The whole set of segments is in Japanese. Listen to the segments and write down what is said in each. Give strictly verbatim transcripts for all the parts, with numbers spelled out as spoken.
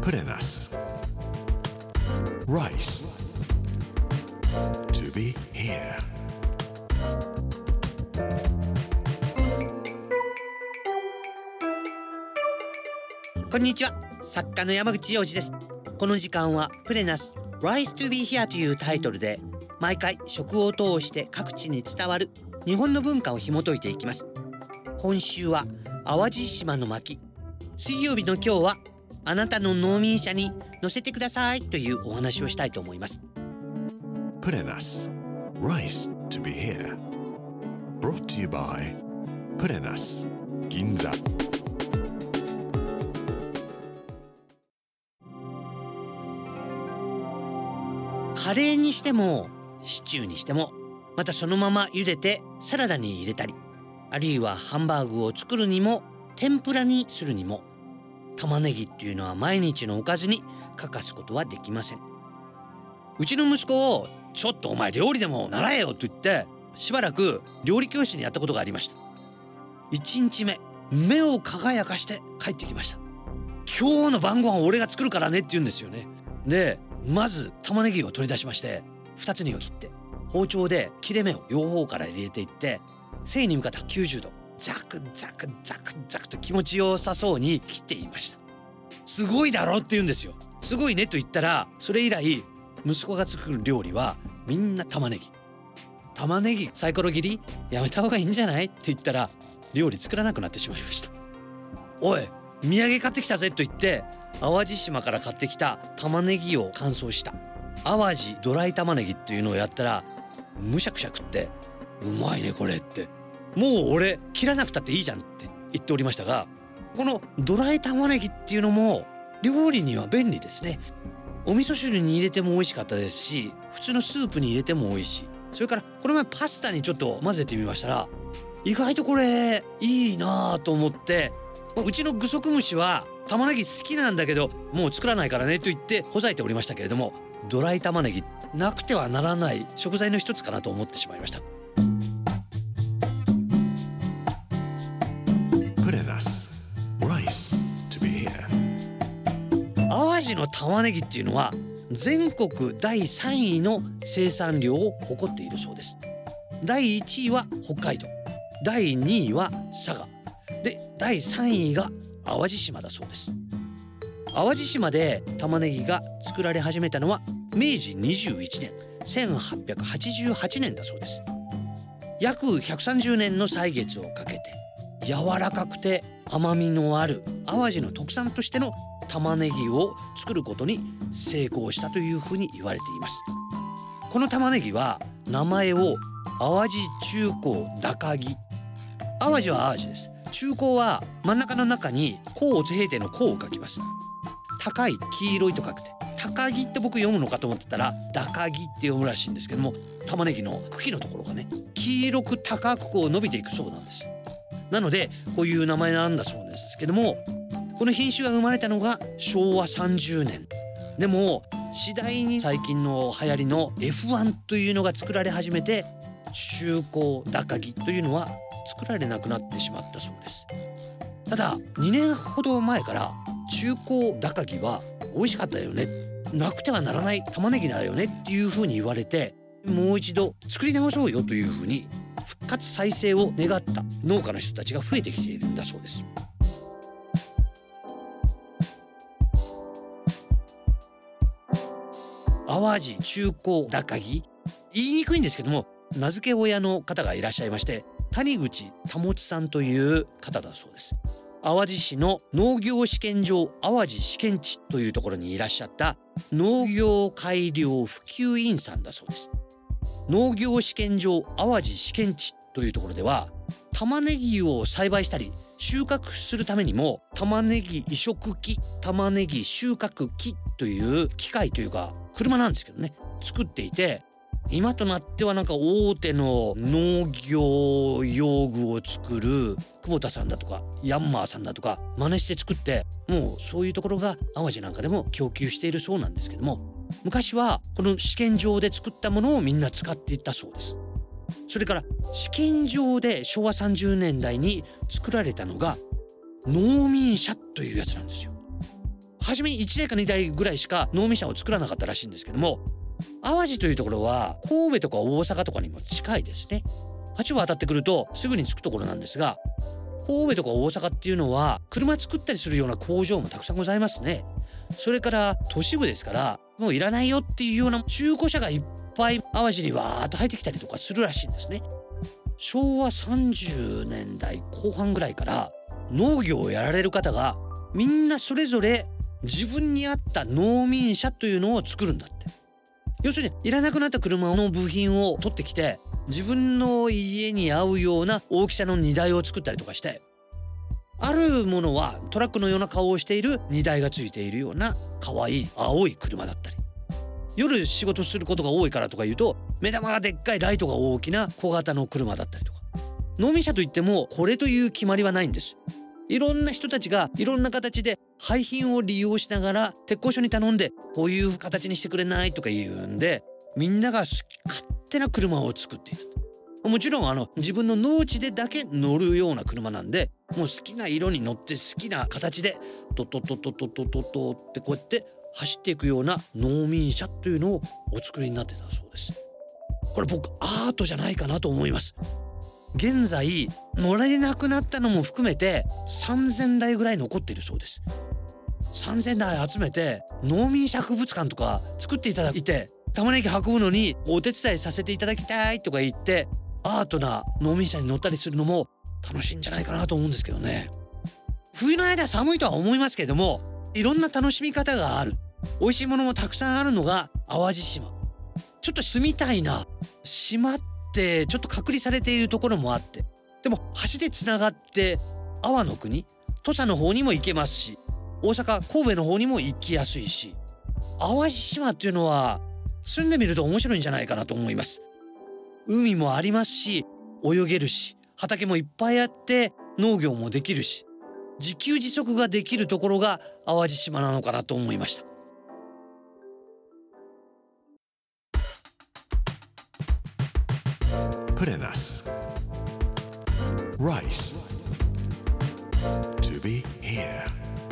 Put in us rice to be here. こんにちは、作家の山口洋二です。この時間はプレナス Rise to be here というタイトルで毎回食を通して各地に伝わる日本の文化を紐解いていきます。今週は淡路島の巻、水曜日の今日はあなたの農民車に乗せてくださいというお話をしたいと思います。 Put in us rice to be here. Brought to you by Put in us 銀座。 カレーにしてもシチューにしても、またそのまま茹でてサラダに入れたり、あるいはハンバーグを作るにも天ぷらにするにも、玉ねぎっていうのは毎日のおかずに欠かすことはできません。うちの息子をちょっとお前料理でも習えよと言ってしばらく料理教室にやったことがありました。いちにちめ目を輝かして帰ってきました。今日の晩ご飯俺が作るからねって言うんですよね。でまず玉ねぎを取り出しまして、ふたつにを切って包丁で切れ目を両方から入れていって、正に向かってきゅうじゅうどザクザクザクザクと気持ちよさそうに切っていました。すごいだろって言うんですよ。すごいねと言ったら、それ以来息子が作る料理はみんな玉ねぎ。玉ねぎサイコロ切りやめた方がいいんじゃないって言ったら、料理作らなくなってしまいました。おい土産買ってきたぜと言って淡路島から買ってきた玉ねぎを乾燥した淡路ドライ玉ねぎっていうのをやったら、むしゃくしゃ食って、うまいねこれって、もう俺切らなくたっていいじゃんって言っておりましたが、このドライ玉ねぎっていうのも料理には便利ですね。お味噌汁に入れても美味しかったですし、普通のスープに入れても美味しい。それからこの前パスタにちょっと混ぜてみましたら、意外とこれいいなと思って、うちのグソクムシは玉ねぎ好きなんだけどもう作らないからねと言ってほざいておりましたけれども、ドライ玉ねぎなくてはならない食材の一つかなと思ってしまいました。 Put in us rice to be here. 淡路の玉ねぎっていうのは全国だいさんいの生産量を誇っているそうです。だいいちいは北海道、だいにいは佐賀で、だいさんいが淡路島だそうです。淡路島で玉ねぎが作られ始めたのはめいじにじゅういちねん、せんはっぴゃくはちじゅうはちねんだそうです。約ひゃくさんじゅうねんの歳月をかけて柔らかくて甘みのある淡路の特産としての玉ねぎを作ることに成功したというふうに言われています。この玉ねぎは名前を淡路中高高木、淡路は淡路です。中高は真ん中の中に甲乙平定の甲を書きます。高い黄色いと書くて、高木って僕読むのかと思ってたら高木って読むらしいんですけども、玉ねぎの茎のところがね黄色く高くこう伸びていくそうなんです。なのでこういう名前なんだそうですけども、この品種が生まれたのがしょうわさんじゅうねんでも、次第に最近の流行りの エフワン というのが作られ始めて、中高高木というのは作られなくなってしまったそうです。ただにねんほど前から中高高木は美味しかったよね、なくてはならない玉ねぎだよねっていう風に言われて、もう一度作り直そうよという風に復活再生を願った農家の人たちが増えてきているんだそうです。淡路中高高木、言いにくいんですけども、名付け親の方がいらっしゃいまして、谷口保さんという方だそうです。淡路市の農業試験場淡路試験地というところにいらっしゃった農業改良普及員さんだそうです。農業試験場淡路試験地というところでは、玉ねぎを栽培したり収穫するためにも玉ねぎ移植機、玉ねぎ収穫機という機械というか車なんですけどね、作っていて、今となってはなんか大手の農業用具を作る久保田さんだとかヤンマーさんだとか真似して作って、もうそういうところが淡路なんかでも供給しているそうなんですけども、昔はこの試験場で作ったものをみんな使っていったそうです。それから試験場でしょうわさんじゅうねんだいに作られたのが農民車というやつなんですよ。 初めにいちだいかにだいぐらいしか農民車を作らなかったらしいんですけども、淡路というところは神戸とか大阪とかにも近いですね。橋を渡ってくるとすぐに着くところなんですが、神戸とか大阪っていうのは車作ったりするような工場もたくさんございますね。それから都市部ですから、もういらないよっていうような中古車がいっぱい淡路にわーっと入ってきたりとかするらしいんですね。しょうわさんじゅうねんだいこう半ぐらいから農業をやられる方がみんなそれぞれ自分に合った農民車というのを作るんだって。要するにいらなくなった車の部品を取ってきて、自分の家に合うような大きさの荷台を作ったりとかして、あるものはトラックのような顔をしている荷台がついているような可愛い青い車だったり、夜仕事することが多いからとかいうと目玉がでっかいライトが大きな小型の車だったりとか。農民車といってもこれという決まりはないんです。いろんな人たちがいろんな形で廃品を利用しながら鉄工所に頼んで、こういう形にしてくれないとか言うんで、みんなが好き勝手な車を作っていた。もちろんあの自分の農地でだけ乗るような車なんで、もう好きな色に乗って好きな形でトトトトトトトトってこうやって走っていくような農民車というのをお作りになってたそうです。これ僕アートじゃないかなと思います。現在乗れなくなったのも含めてさんぜんだいぐらい残っているそうです。さんぜんだい集めて農民車博物館とか作っていただいて、玉ねぎ運ぶのにお手伝いさせていただきたいとか言ってアートな農民車に乗ったりするのも楽しいんじゃないかなと思うんですけどね。冬の間寒いとは思いますけれども、いろんな楽しみ方がある、美味しいものもたくさんあるのが淡路島。ちょっと住みたいな島ってちょっと隔離されているところもあって、でも橋でつながって阿波の国土佐の方にも行けますし、大阪神戸の方にも行きやすいし、淡路島っていうのは住んでみると面白いんじゃないかなと思います。海もありますし、泳げるし、畑もいっぱいあって農業もできるし、自給自足ができるところが淡路島なのかなと思いました。 Purenas. Rice. To be here.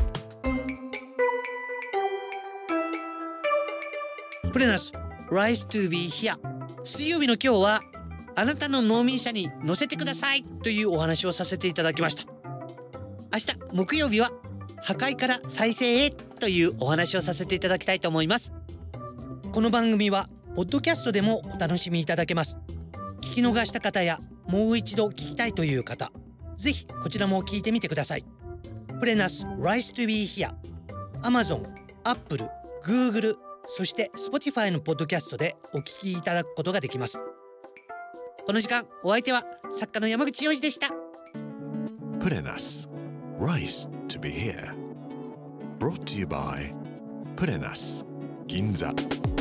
プレナス Rice to be here。 水曜日の今日はあなたの農民車に乗せてくださいというお話をさせていただきました。明日木曜日は破壊から再生へというお話をさせていただきたいと思います。この番組はポッドキャストでもお楽しみいただけます。聞き逃した方やもう一度聞きたいという方、ぜひこちらも聞いてみてください。プレナス Rice to be here、 Amazon、Apple、Google、そして Spotify のポッドキャストでお聞きいただくことができます。この時間お相手は作家の山口洋二でした。 Purenas. Rice to be here. Brought to you by Purenas. Ginza.